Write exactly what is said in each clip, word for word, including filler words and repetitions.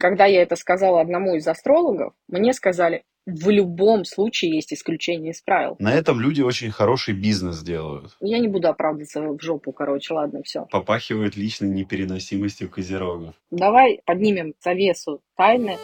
Когда я это сказала одному из астрологов, мне сказали, в любом случае есть исключение из правил. На этом люди очень хороший бизнес делают. Я не буду оправдываться в жопу, короче, ладно, все. Попахивает личной непереносимостью козерогов. Давай поднимем завесу тайны.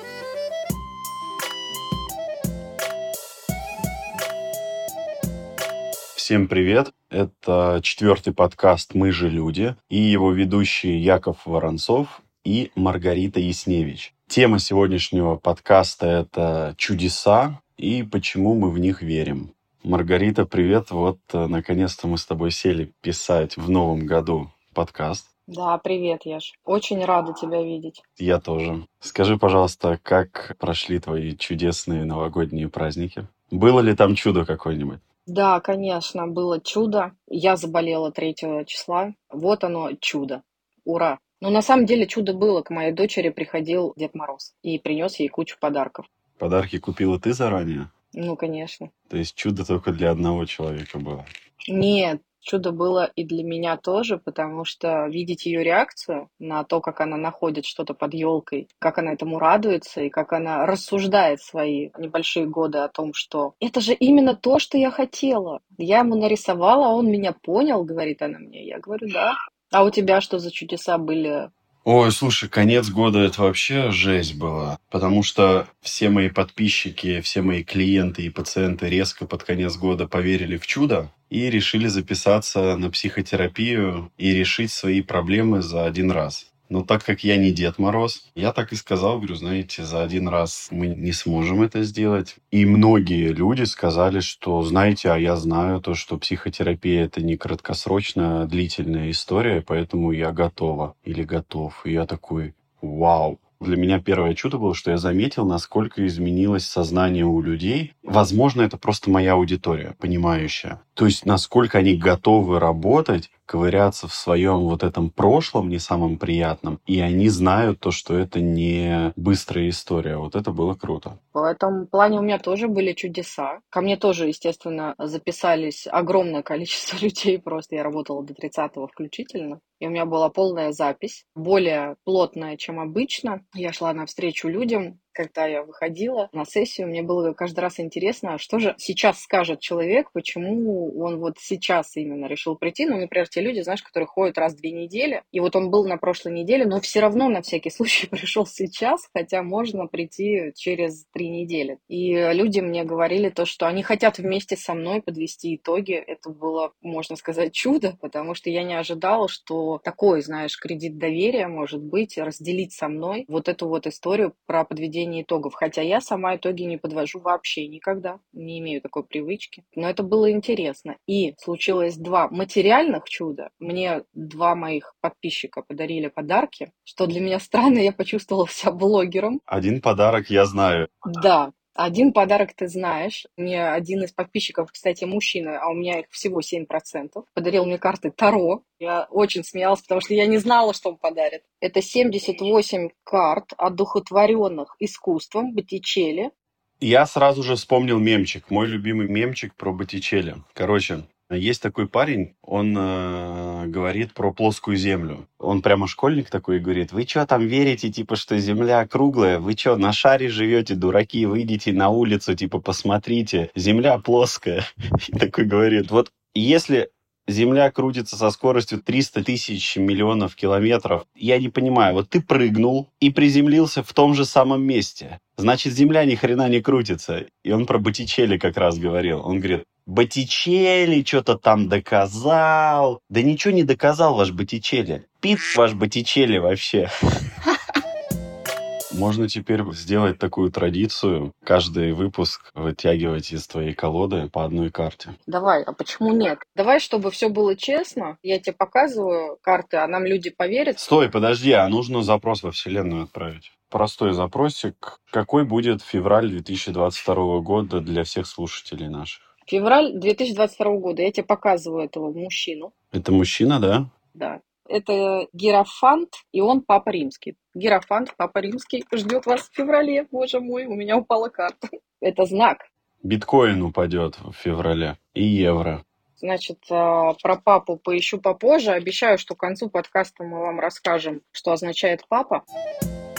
Всем привет! Это четвертый подкаст «Мы же люди» и его ведущие Яков Воронцов и Маргарита Ясневич. Тема сегодняшнего подкаста – это чудеса и почему мы в них верим. Маргарита, привет! Вот э, наконец-то мы с тобой сели писать в новом году подкаст. Да, привет, Яш. Очень рада тебя видеть. Я тоже. Скажи, пожалуйста, как прошли твои чудесные новогодние праздники? Было ли там чудо какое-нибудь? Да, конечно, было чудо. Я заболела третьего числа. Вот оно, чудо. Ура! Но на самом деле чудо было. К моей дочери приходил Дед Мороз и принес ей кучу подарков. Подарки купила ты заранее? Ну, конечно. То есть чудо только для одного человека было? Нет, чудо было и для меня тоже, потому что видеть ее реакцию на то, как она находит что-то под елкой, как она этому радуется и как она рассуждает свои небольшие годы о том, что это же именно то, что я хотела. Я ему нарисовала, а он меня понял, говорит она мне. Я говорю, да. А у тебя что за чудеса были? Ой, слушай, конец года это вообще жесть была, потому что все мои подписчики, все мои клиенты и пациенты резко под конец года поверили в чудо и решили записаться на психотерапию и решить свои проблемы за один раз. Но так как я не Дед Мороз, я так и сказал, говорю, знаете, за один раз мы не сможем это сделать. И многие люди сказали, что, знаете, а я знаю то, что психотерапия это не краткосрочная, а длительная история, поэтому я готова или готов. И я такой, вау. Для меня первое чудо было, что я заметил, насколько изменилось сознание у людей. Возможно, это просто моя аудитория, понимающая. То есть, насколько они готовы работать, ковыряться в своем вот этом прошлом, не самом приятном, и они знают то, что это не быстрая история. Вот это было круто. В этом плане у меня тоже были чудеса. Ко мне тоже, естественно, записались огромное количество людей. Просто я работала до тридцатого включительно. И у меня была полная запись, более плотная, чем обычно. Я шла навстречу людям. Когда я выходила на сессию, мне было каждый раз интересно, а что же сейчас скажет человек, почему он вот сейчас именно решил прийти. Ну, например, те люди, знаешь, которые ходят раз в две недели. И вот он был на прошлой неделе, но все равно на всякий случай пришел сейчас, хотя можно прийти через три недели. И люди мне говорили то, что они хотят вместе со мной подвести итоги. Это было, можно сказать, чудо, потому что я не ожидала, что такой, знаешь, кредит доверия может быть, разделить со мной вот эту вот историю про подведение итогов. Хотя я сама итоги не подвожу вообще никогда, не имею такой привычки. Но это было интересно. И случилось два материальных чуда. Мне два моих подписчика подарили подарки, что для меня странно, я почувствовала себя блогером. Один подарок я знаю. Да, один подарок ты знаешь. Мне один из подписчиков, кстати, мужчина, а у меня их всего семь процентов, подарил мне карты Таро. Я очень смеялась, потому что я не знала, что он подарит. Это семьдесят восемь карт, одухотворенных искусством Боттичелли. Я сразу же вспомнил мемчик, мой любимый мемчик про Боттичелли. Короче, есть такой парень, он э, говорит про плоскую землю. Он прямо школьник такой и говорит, вы что там верите, типа, что земля круглая? Вы что, на шаре живете, дураки? Выйдите на улицу, типа, посмотрите, земля плоская. И такой говорит, вот если Земля крутится со скоростью триста тысяч миллионов километров. Я не понимаю, вот ты прыгнул и приземлился в том же самом месте. Значит, Земля ни хрена не крутится. И он про Боттичелли как раз говорил. Он говорит, Боттичелли что-то там доказал. Да ничего не доказал ваш Боттичелли. Пиц ваш Боттичелли вообще. Можно теперь сделать такую традицию, каждый выпуск вытягивать из твоей колоды по одной карте. Давай, а почему нет? Давай, чтобы все было честно. Я тебе показываю карты, а нам люди поверят. Стой, подожди, а нужно запрос во Вселенную отправить. Простой запросик. Какой будет февраль две тысячи двадцать второго года для всех слушателей наших? Февраль две тысячи двадцать второго года. Я тебе показываю этого мужчину. Это мужчина, да? Да. Это Герафант, и он Папа Римский. Герафант, Папа Римский, ждет вас в феврале. Боже мой, у меня упала карта. Это знак. Биткоин упадет в феврале. И евро. Значит, про папу поищу попозже. Обещаю, что к концу подкаста мы вам расскажем, что означает папа.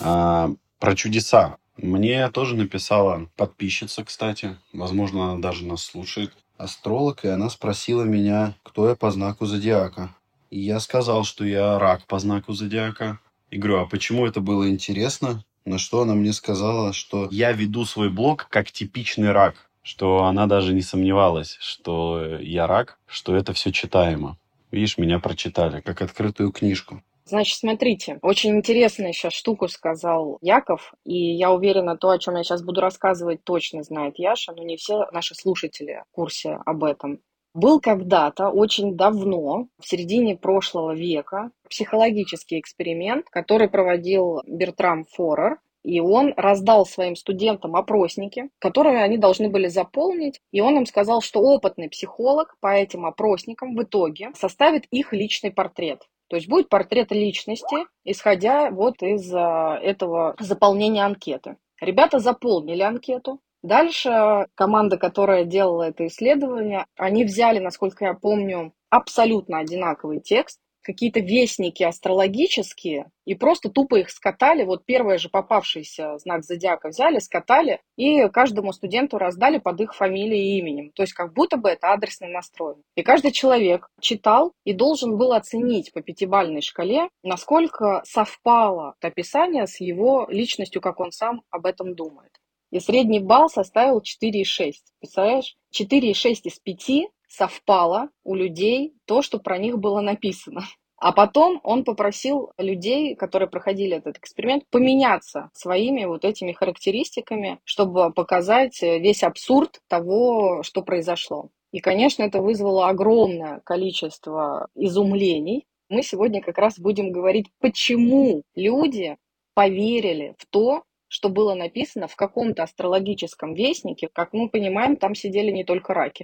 А, про чудеса. Мне тоже написала подписчица, кстати. Возможно, она даже нас слушает. Астролог, и она спросила меня, кто я по знаку зодиака. И я сказал, что я рак по знаку зодиака. И говорю, а почему это было интересно? На что она мне сказала, что я веду свой блог как типичный рак. Что она даже не сомневалась, что я рак, что это все читаемо. Видишь, меня прочитали, как открытую книжку. Значит, смотрите, очень интересную сейчас штуку сказал Яков, и я уверена, то, о чем я сейчас буду рассказывать, точно знает Яша, но не все наши слушатели в курсе об этом. Был когда-то, очень давно, в середине прошлого века, психологический эксперимент, который проводил Бертрам Форер, и он раздал своим студентам опросники, которые они должны были заполнить. И он им сказал, что опытный психолог по этим опросникам в итоге составит их личный портрет. То есть будет портрет личности, исходя вот из этого заполнения анкеты. Ребята заполнили анкету. Дальше команда, которая делала это исследование, они взяли, насколько я помню, абсолютно одинаковый текст, какие-то вестники астрологические, и просто тупо их скатали. Вот первый же попавшийся знак зодиака взяли, скатали, и каждому студенту раздали под их фамилией и именем. То есть как будто бы это адресный настрой. И каждый человек читал и должен был оценить по пятибалльной шкале, насколько совпало описание с его личностью, как он сам об этом думает. И средний балл составил четыре и шесть. Представляешь? четыре и шесть из пяти совпало у людей то, что про них было написано. А потом он попросил людей, которые проходили этот эксперимент, поменяться своими вот этими характеристиками, чтобы показать весь абсурд того, что произошло. И, конечно, это вызвало огромное количество изумлений. Мы сегодня как раз будем говорить, почему люди поверили в то, что было написано в каком-то астрологическом вестнике. Как мы понимаем, там сидели не только раки.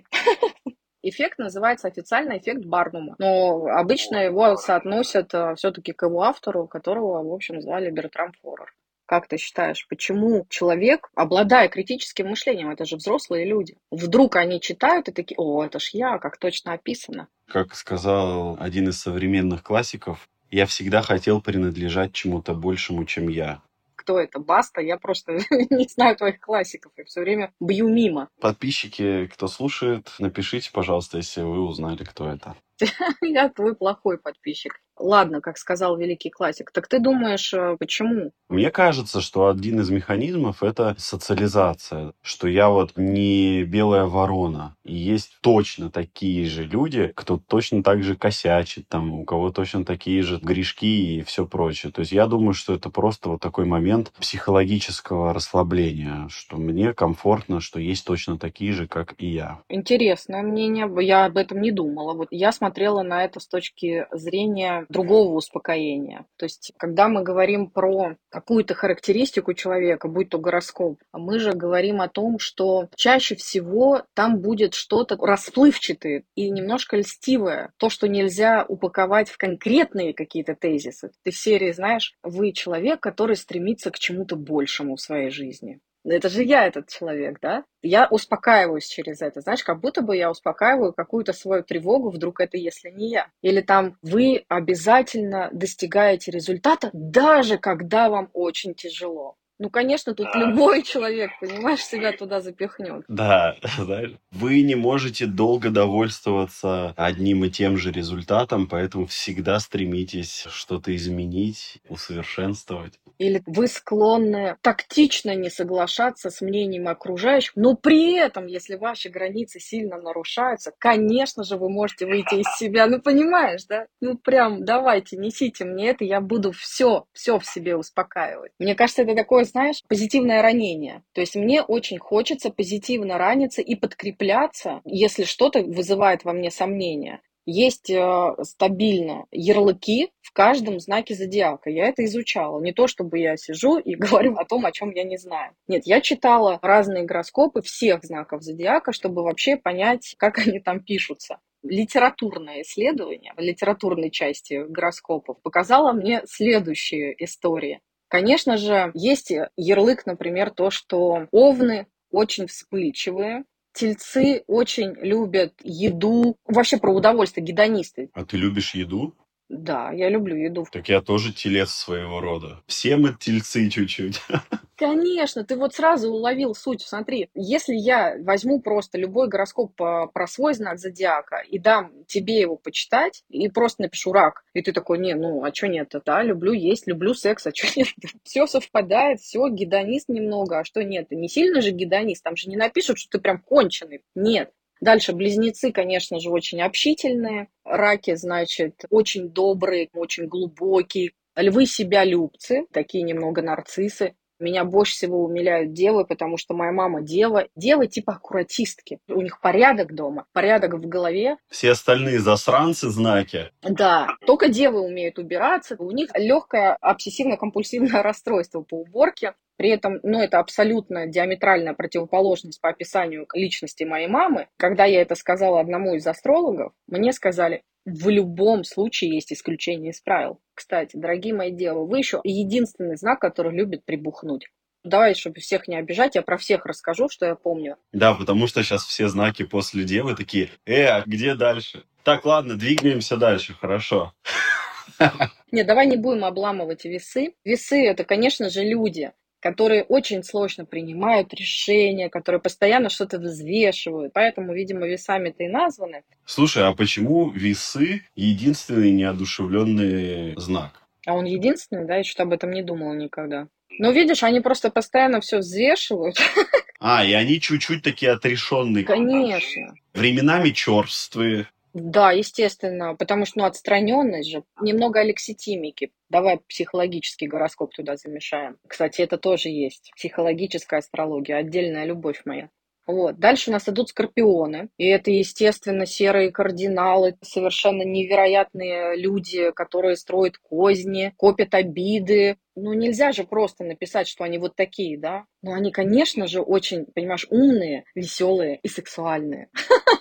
Эффект называется официально эффект Барнума, но обычно его соотносят все-таки к его автору, которого, в общем, звали Бертрам Форер. Как ты считаешь, почему человек, обладая критическим мышлением, это же взрослые люди, вдруг они читают и такие, о, это ж я, как точно описано. Как сказал один из современных классиков, я всегда хотел принадлежать чему-то большему, чем я. Кто это? Баста? Я просто не знаю твоих классиков, я все время бью мимо. Подписчики, кто слушает, напишите, пожалуйста, если вы узнали, кто это. Я твой плохой подписчик. Ладно, как сказал великий классик. Так ты думаешь, почему? Мне кажется, что один из механизмов – это социализация. Что я вот не белая ворона. И есть точно такие же люди, кто точно так же косячит, там, у кого точно такие же грешки и все прочее. То есть я думаю, что это просто вот такой момент психологического расслабления, что мне комфортно, что есть точно такие же, как и я. Интересное мнение. Я об этом не думала. Вот я смотрела на это с точки зрения другого успокоения. То есть, когда мы говорим про какую-то характеристику человека, будь то гороскоп, мы же говорим о том, что чаще всего там будет что-то расплывчатое и немножко льстивое. То, что нельзя упаковать в конкретные какие-то тезисы. Ты в серии, знаешь, вы человек, который стремится к чему-то большему в своей жизни. Это же я этот человек, да? Я успокаиваюсь через это. Знаешь, как будто бы я успокаиваю какую-то свою тревогу, вдруг это если не я. Или там вы обязательно достигаете результата, даже когда вам очень тяжело. Ну, конечно, тут любой человек, понимаешь, себя туда запихнет. Да, знаешь, вы не можете долго довольствоваться одним и тем же результатом, поэтому всегда стремитесь что-то изменить, усовершенствовать. Или вы склонны тактично не соглашаться с мнением окружающих, но при этом, если ваши границы сильно нарушаются, конечно же, вы можете выйти из себя. Ну, понимаешь, да? Ну, прям давайте, несите мне это, я буду все, все в себе успокаивать. Мне кажется, это такое, знаешь, позитивное ранение. То есть мне очень хочется позитивно раниться и подкрепляться, если что-то вызывает во мне сомнения. Есть э, стабильно ярлыки в каждом знаке зодиака. Я это изучала. Не то, чтобы я сижу и говорю о том, о чем я не знаю. Нет, я читала разные гороскопы всех знаков зодиака, чтобы вообще понять, как они там пишутся. Литературное исследование в литературной части гороскопов показало мне следующие истории. Конечно же, есть ярлык, например, то, что овны очень вспыльчивые, тельцы очень любят еду, вообще про удовольствие, гедонисты. А ты любишь еду? Да, я люблю еду. Так я тоже телец своего рода. Все мы тельцы чуть-чуть. Конечно, ты вот сразу уловил суть. Смотри, если я возьму просто любой гороскоп по- про свой знак зодиака и дам тебе его почитать, и просто напишу рак, и ты такой, не, ну, а что нет? Да, люблю есть, люблю секс, а что нет? Все совпадает, все, гедонист немного, а что нет? Ты не сильно же гедонист, там же не напишут, что ты прям конченый. Нет. Дальше близнецы, конечно же, очень общительные. Раки, значит, очень добрые, очень глубокие. Львы себялюбцы, такие немного нарциссы. Меня больше всего умиляют девы, потому что моя мама дева. Девы типа аккуратистки. У них порядок дома, порядок в голове. Все остальные засранцы знаки. Да, только девы умеют убираться. У них легкое обсессивно-компульсивное расстройство по уборке. При этом, ну, это абсолютно диаметральная противоположность по описанию личности моей мамы. Когда я это сказала одному из астрологов, мне сказали, в любом случае есть исключение из правил. Кстати, дорогие мои девы, вы еще единственный знак, который любит прибухнуть. Давай, чтобы всех не обижать, я про всех расскажу, что я помню. Да, потому что сейчас все знаки после девы такие, э, а где дальше? Так, ладно, двигаемся дальше, хорошо. Не, давай не будем обламывать весы. Весы – это, конечно же, люди, которые очень сложно принимают решения, которые постоянно что-то взвешивают. Поэтому, видимо, весами-то и названы. Слушай, а почему весы единственный неодушевленный знак? А он единственный, да? Я что-то об этом не думала никогда. Но видишь, они просто постоянно все взвешивают. А, и они чуть-чуть такие отрешенные. Конечно. Временами черствые. Да, естественно, потому что, ну, отстраненность же, немного алекситимики. Давай психологический гороскоп туда замешаем. Кстати, это тоже есть. Психологическая астрология, отдельная любовь моя. Вот. Дальше у нас идут скорпионы. И это, естественно, серые кардиналы, совершенно невероятные люди, которые строят козни, копят обиды. Ну, нельзя же просто написать, что они вот такие, да? Но они, конечно же, очень, понимаешь, умные, веселые и сексуальные.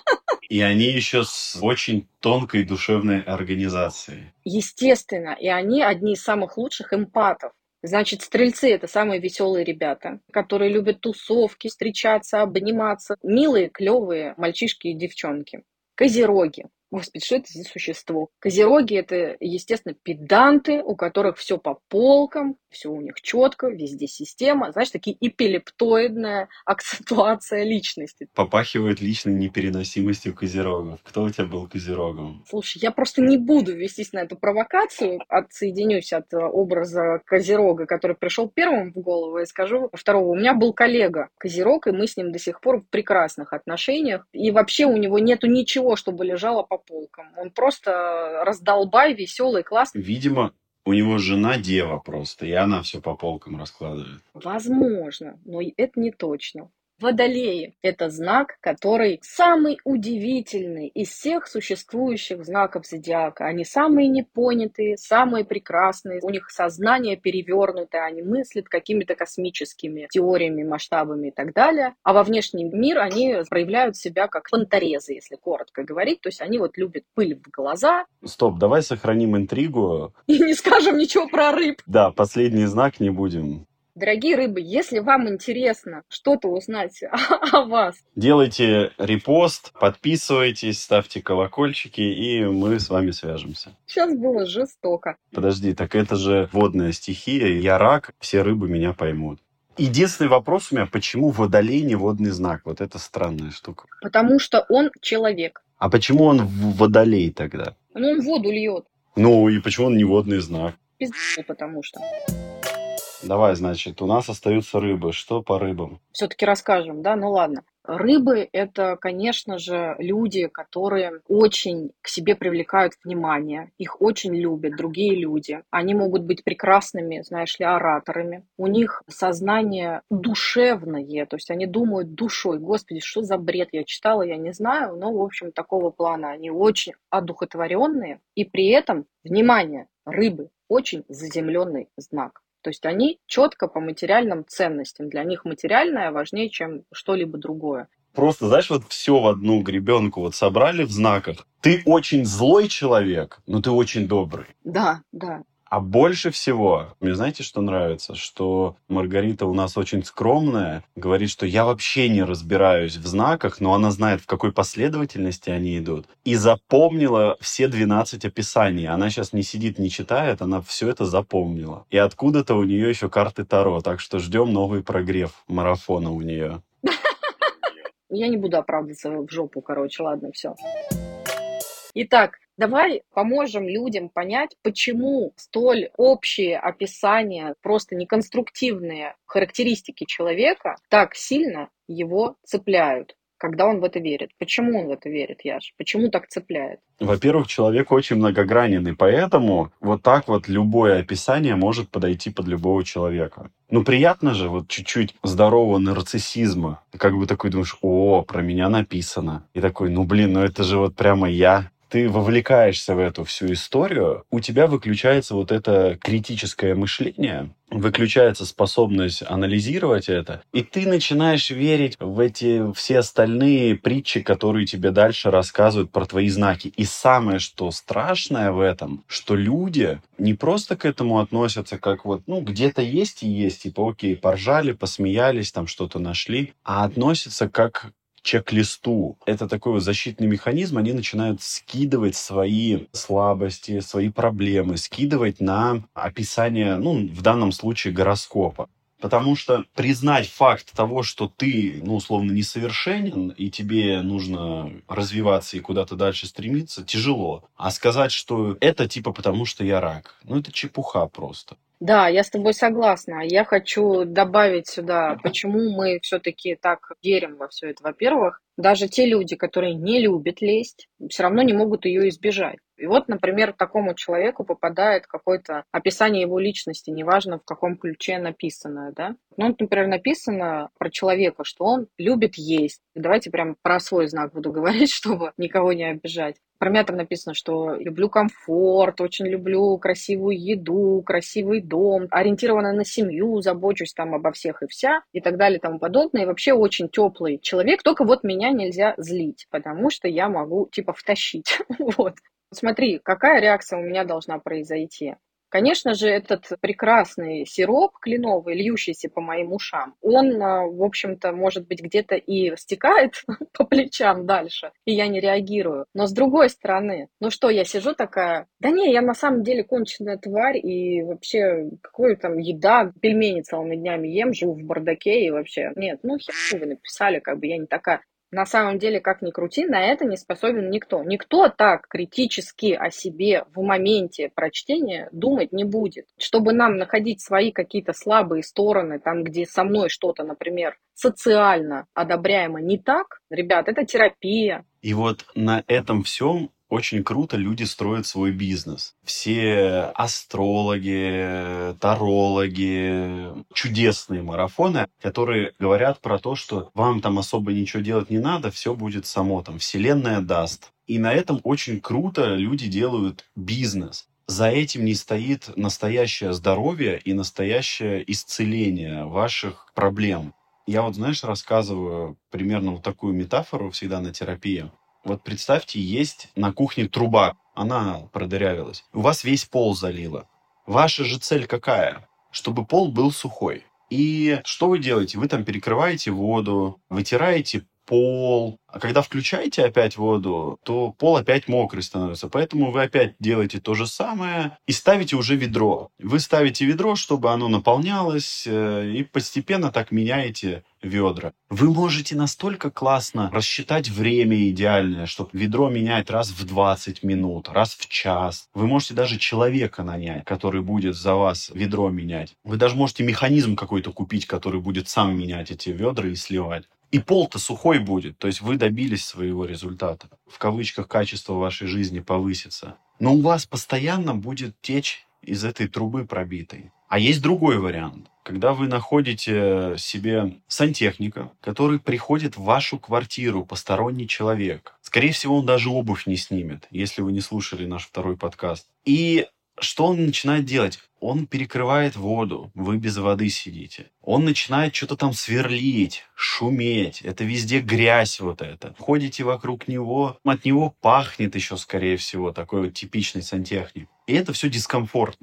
И они еще с очень тонкой душевной организацией. Естественно, и они одни из самых лучших эмпатов. Значит, стрельцы – это самые веселые ребята, которые любят тусовки, встречаться, обниматься. Милые, клевые мальчишки и девчонки. Козероги. Господи, что это за существо? Козероги – это, естественно, педанты, у которых все по полкам, все у них четко, везде система. Знаешь, такие эпилептоидная акцентуация личности. Попахивает личной непереносимостью козерогов. Кто у тебя был козерогом? Слушай, я просто не буду вестись на эту провокацию, отсоединюсь от образа козерога, который пришел первым в голову, и скажу второго. У меня был коллега козерог, и мы с ним до сих пор в прекрасных отношениях. И вообще у него нету ничего, чтобы лежало по полкам. Он просто раздолбай, веселый, классный. Видимо, у него жена дева просто, и она все по полкам раскладывает. Возможно, но это не точно. Водолеи – это знак, который самый удивительный из всех существующих знаков зодиака. Они самые непонятые, самые прекрасные. У них сознание перевернутое, они мыслят какими-то космическими теориями, масштабами и так далее. А во внешний мир они проявляют себя как понторезы, если коротко говорить. То есть они вот любят пыль в глаза. Стоп, давай сохраним интригу. И не скажем ничего про рыб. Да, последний знак не будем. Дорогие рыбы, если вам интересно что-то узнать о, о вас, делайте репост, подписывайтесь, ставьте колокольчики, и мы с вами свяжемся. Сейчас было жестоко. Подожди, так это же водная стихия, я рак, все рыбы меня поймут. Единственный вопрос у меня, почему водолей не водный знак? Вот это странная штука. Потому что он человек. А почему он водолей тогда? Ну, он воду льет. Ну, и почему он не водный знак? Пиздец, потому что. Давай, значит, у нас остаются рыбы. Что по рыбам? Все-таки расскажем, да? Ну ладно. Рыбы – это, конечно же, люди, которые очень к себе привлекают внимание. Их очень любят другие люди. Они могут быть прекрасными, знаешь ли, ораторами. У них сознание душевное, то есть они думают душой. Господи, что за бред я читала, я не знаю. Но, в общем, такого плана. Они очень одухотворенные. И при этом, внимание, рыбы – очень заземленный знак. То есть они четко по материальным ценностям. Для них материальное важнее, чем что-либо другое. Просто, знаешь, вот все в одну гребенку вот собрали в знаках. Ты очень злой человек, но ты очень добрый. Да, да. А больше всего, мне знаете, что нравится? Что Маргарита у нас очень скромная, говорит, что я вообще не разбираюсь в знаках, но она знает, в какой последовательности они идут. И запомнила все двенадцать описаний. Она сейчас не сидит, не читает, она все это запомнила. И откуда-то у нее еще карты Таро, так что ждем новый прогрев марафона у нее. Я не буду оправдываться в жопу, короче, ладно, все. Итак, давай поможем людям понять, почему столь общие описания, просто неконструктивные характеристики человека так сильно его цепляют, когда он в это верит. Почему он в это верит, Яш? Почему так цепляет? Во-первых, человек очень многогранен, и поэтому вот так вот любое описание может подойти под любого человека. Ну, приятно же вот чуть-чуть здорового нарциссизма. Ты как бы такой думаешь, о, про меня написано. И такой, ну, блин, ну это же вот прямо я. Ты вовлекаешься в эту всю историю, у тебя выключается вот это критическое мышление, выключается способность анализировать это, и ты начинаешь верить в эти все остальные притчи, которые тебе дальше рассказывают про твои знаки. И самое, что страшное в этом, что люди не просто к этому относятся как вот, ну, где-то есть и есть, типа, окей, поржали, посмеялись, там что-то нашли, а относятся как чек-листу. Это такой вот защитный механизм. Они начинают скидывать свои слабости, свои проблемы, скидывать на описание, ну, в данном случае, гороскопа. Потому что признать факт того, что ты, ну, условно, несовершенен, и тебе нужно развиваться и куда-то дальше стремиться, тяжело. А сказать, что это типа потому, что я рак, ну, это чепуха просто. Да, я с тобой согласна. Я хочу добавить сюда, почему мы все-таки так верим во все это. Во-первых, даже те люди, которые не любят лесть, все равно не могут ее избежать. И вот, например, такому человеку попадает какое-то описание его личности, неважно в каком ключе написано, да. Ну, например, написано про человека, что он любит есть. И давайте прям про свой знак буду говорить, чтобы никого не обижать. Про меня там написано, что люблю комфорт, очень люблю красивую еду, красивый дом, ориентирована на семью, забочусь там обо всех и вся, и так далее и тому подобное. И вообще очень теплый человек, только вот меня нельзя злить, потому что я могу типа втащить. Вот. Смотри, какая реакция у меня должна произойти. Конечно же, этот прекрасный сироп кленовый, льющийся по моим ушам, он, в общем-то, может быть, где-то и стекает по плечам дальше, и я не реагирую. Но с другой стороны, ну что, я сижу такая, да не, я на самом деле конченая тварь, и вообще, какую там еда, пельмени целыми днями ем, живу в бардаке, и вообще, нет, ну хер вы написали, как бы я не такая. На самом деле, как ни крути, на это не способен никто. Никто так критически о себе в моменте прочтения думать не будет. Чтобы нам находить свои какие-то слабые стороны, там, где со мной что-то, например, социально одобряемо не так, ребят, это терапия. И вот на этом всем очень круто люди строят свой бизнес. Все астрологи, тарологи, чудесные марафоны, которые говорят про то, что вам там особо ничего делать не надо, все будет само, там, вселенная даст. И на этом очень круто люди делают бизнес. За этим не стоит настоящее здоровье и настоящее исцеление ваших проблем. Я вот, знаешь, рассказываю примерно вот такую метафору всегда на терапии. Вот представьте, есть на кухне труба, она продырявилась. У вас весь пол залило. Ваша же цель какая? Чтобы пол был сухой. И что вы делаете? Вы там перекрываете воду, вытираете пол. А когда включаете опять воду, то пол опять мокрый становится. Поэтому вы опять делаете то же самое и ставите уже ведро. Вы ставите ведро, чтобы оно наполнялось, и постепенно так меняете ведра. Вы можете настолько классно рассчитать время идеальное, чтобы ведро менять раз в двадцать минут, раз в час. Вы можете даже человека нанять, который будет за вас ведро менять. Вы даже можете механизм какой-то купить, который будет сам менять эти ведра и сливать. И пол-то сухой будет, то есть вы добились своего результата. В кавычках качество вашей жизни повысится. Но у вас постоянно будет течь из этой трубы пробитой. А есть другой вариант. Когда вы находите себе сантехника, который приходит в вашу квартиру, посторонний человек. Скорее всего, он даже обувь не снимет, если вы не слушали наш второй подкаст. И что он начинает делать? Он перекрывает воду, вы без воды сидите. Он начинает что-то там сверлить, шуметь. Это везде грязь вот эта. Ходите вокруг него, от него пахнет еще, скорее всего, такой вот типичный сантехник. И это все дискомфортно.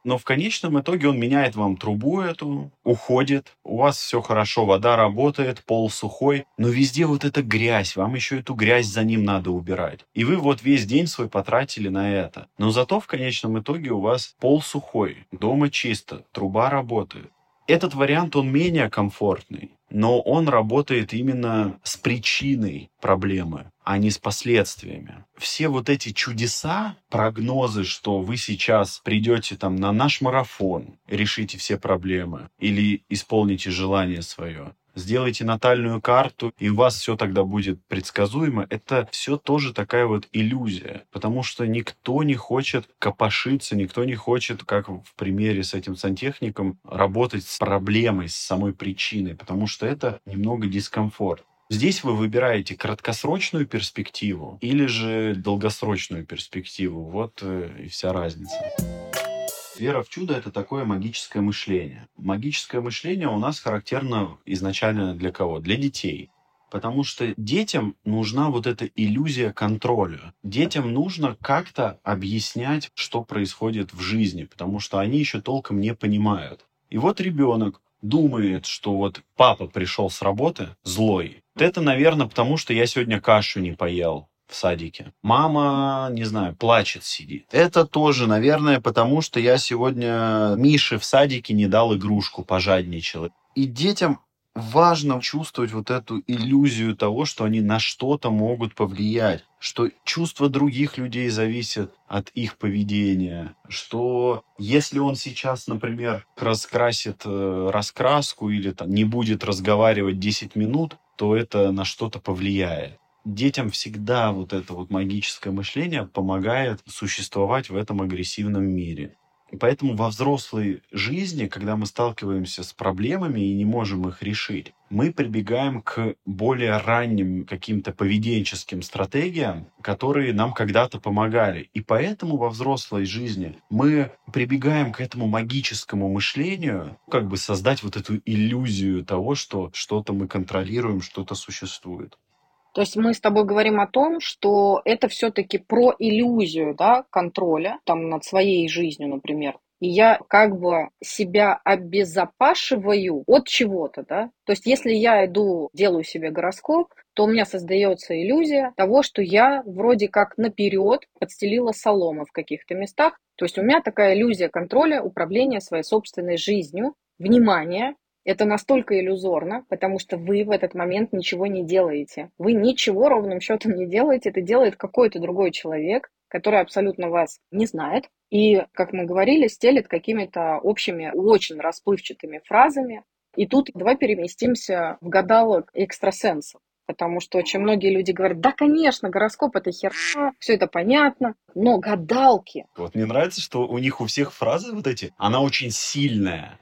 Но в конечном итоге он меняет вам трубу эту, уходит, у вас все хорошо, вода работает, пол сухой, но везде вот эта грязь, вам еще эту грязь за ним надо убирать. И вы вот весь день свой потратили на это. Но зато в конечном итоге у вас пол сухой, дома чисто, труба работает. Этот вариант, он менее комфортный, но он работает именно с причиной проблемы, а не с последствиями. Все вот эти чудеса, прогнозы, что вы сейчас придете там на наш марафон, решите все проблемы или исполните желание свое, сделайте натальную карту, и у вас все тогда будет предсказуемо. Это все тоже такая вот иллюзия, потому что никто не хочет копошиться, никто не хочет, как в примере с этим сантехником, работать с проблемой, с самой причиной, потому что это немного дискомфорт. Здесь вы выбираете краткосрочную перспективу или же долгосрочную перспективу. Вот э, и вся разница. Вера в чудо – это такое магическое мышление. Магическое мышление у нас характерно изначально для кого? Для детей. Потому что детям нужна вот эта иллюзия контроля. Детям нужно как-то объяснять, что происходит в жизни, потому что они еще толком не понимают. И вот ребенок думает, что вот папа пришел с работы злой. Вот это, наверное, потому что я сегодня кашу не поел в садике. Мама, не знаю, плачет, сидит. Это тоже, наверное, потому что я сегодня Мише в садике не дал игрушку, пожадничал. И детям важно чувствовать вот эту иллюзию того, что они на что-то могут повлиять, что чувства других людей зависят от их поведения, что если он сейчас, например, раскрасит э, раскраску или там, не будет разговаривать десять минут, то это на что-то повлияет. Детям всегда вот это вот магическое мышление помогает существовать в этом агрессивном мире. И поэтому во взрослой жизни, когда мы сталкиваемся с проблемами и не можем их решить, мы прибегаем к более ранним каким-то поведенческим стратегиям, которые нам когда-то помогали. И поэтому во взрослой жизни мы прибегаем к этому магическому мышлению, как бы создать вот эту иллюзию того, что что-то мы контролируем, что-то существует. То есть мы с тобой говорим о том, что это все-таки про иллюзию, да, контроля там над своей жизнью, например. И я как бы себя обезопашиваю от чего-то, да. То есть если я иду, делаю себе гороскоп, то у меня создается иллюзия того, что я вроде как наперед подстелила соломы в каких-то местах. То есть у меня такая иллюзия контроля, управления своей собственной жизнью, внимания. Это настолько иллюзорно, потому что вы в этот момент ничего не делаете. Вы ничего ровным счетом не делаете, это делает какой-то другой человек, который абсолютно вас не знает. И, как мы говорили, стелит какими-то общими, очень расплывчатыми фразами. И тут давай переместимся в гадалок экстрасенсов. Потому что очень многие люди говорят, да, конечно, гороскоп это херня, все это понятно, но гадалки. Вот мне нравится, что у них у всех фразы вот эти, она очень сильная.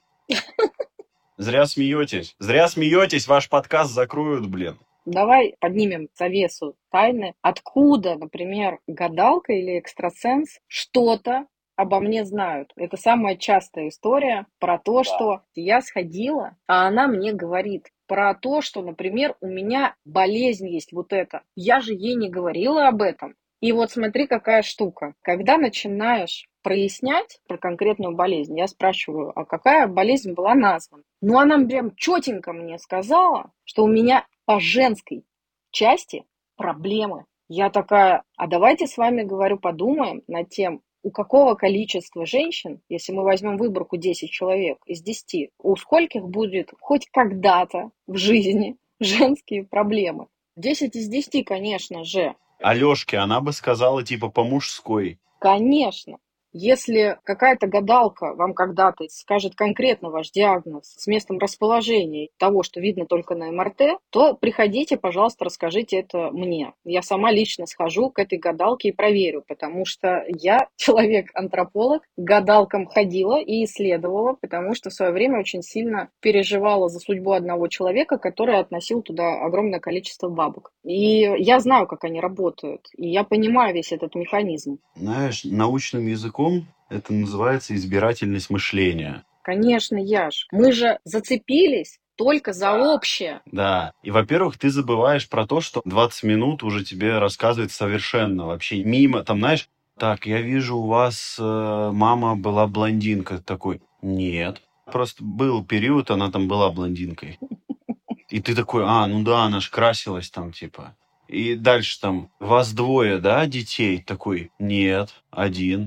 Зря смеетесь. Зря смеетесь, ваш подкаст закроют, блин. Давай поднимем завесу тайны. Откуда, например, гадалка или экстрасенс что-то обо мне знают. Это самая частая история про то, да. Что я сходила, а она мне говорит про то, что, например, у меня болезнь есть вот эта. Я же ей не говорила об этом. И вот смотри, какая штука. Когда начинаешь прояснять про конкретную болезнь, я спрашиваю, а какая болезнь была названа? Ну, она прям четенько мне сказала, что у меня по женской части проблемы. Я такая, а давайте с вами, говорю, подумаем над тем, у какого количества женщин, если мы возьмем выборку десять человек из десяти, у скольких будет хоть когда-то в жизни женские проблемы? десять из десяти, конечно же. Алёшке она бы сказала типа по-мужской. Конечно. Если какая-то гадалка вам когда-то скажет конкретно ваш диагноз с местом расположения того, что видно только на эм эр тэ, то приходите, пожалуйста, расскажите это мне. Я сама лично схожу к этой гадалке и проверю, потому что я человек-антрополог, к гадалкам ходила и исследовала, потому что в свое время очень сильно переживала за судьбу одного человека, который относил туда огромное количество бабок. И я знаю, как они работают, и я понимаю весь этот механизм. Знаешь, научным языком это называется избирательность мышления. Конечно, Яш. Мы же зацепились только за общее. Да. И, во-первых, ты забываешь про то, что двадцать минут уже тебе рассказывает совершенно вообще мимо. Там, знаешь, Так, я вижу, у вас э, мама была блондинка. Такой, нет. Просто был период, она там была блондинкой. И ты такой, а, ну да, она ж красилась там, типа. И дальше там, вас двое, да, детей? Такой, нет, один.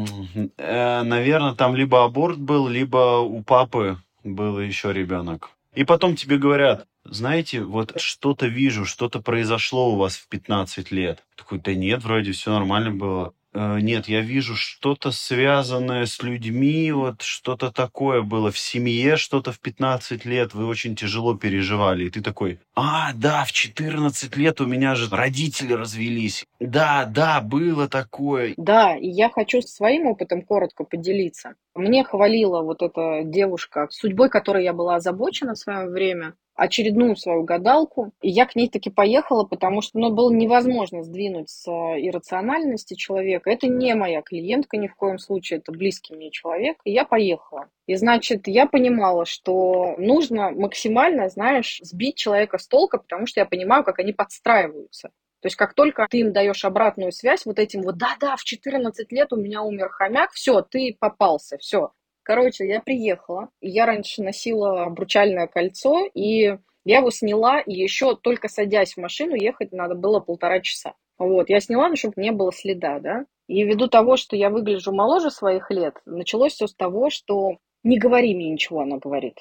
Наверное, там либо аборт был, либо у папы был еще ребенок. И потом тебе говорят, знаете, вот что-то вижу, что-то произошло у вас в пятнадцать лет. Такой, да нет, вроде все нормально было. «Э, Нет, я вижу что-то связанное с людьми, вот что-то такое было в семье, что-то в пятнадцать лет, вы очень тяжело переживали. И ты такой, а, да, в четырнадцать лет у меня же родители развелись. Да, да, было такое. Да, и я хочу своим опытом коротко поделиться. Мне хвалила вот эта девушка, судьбой которой я была озабочена в свое время, очередную свою гадалку. И я к ней таки поехала, потому что ну, было невозможно сдвинуть с э, иррациональности человека. Это не моя клиентка ни в коем случае, это близкий мне человек. И я поехала. И, значит, я понимала, что нужно максимально, знаешь, сбить человека с толка, потому что я понимаю, как они подстраиваются. То есть как только ты им даешь обратную связь вот этим вот, да-да, в четырнадцать лет у меня умер хомяк, все, ты попался, все. Короче, я приехала, и я раньше носила обручальное кольцо, и я его сняла, и еще только садясь в машину, ехать надо было полтора часа. Вот, я сняла, ну, чтобы не было следа, да. И ввиду того, что я выгляжу моложе своих лет, началось все с того, что не говори мне ничего, она говорит.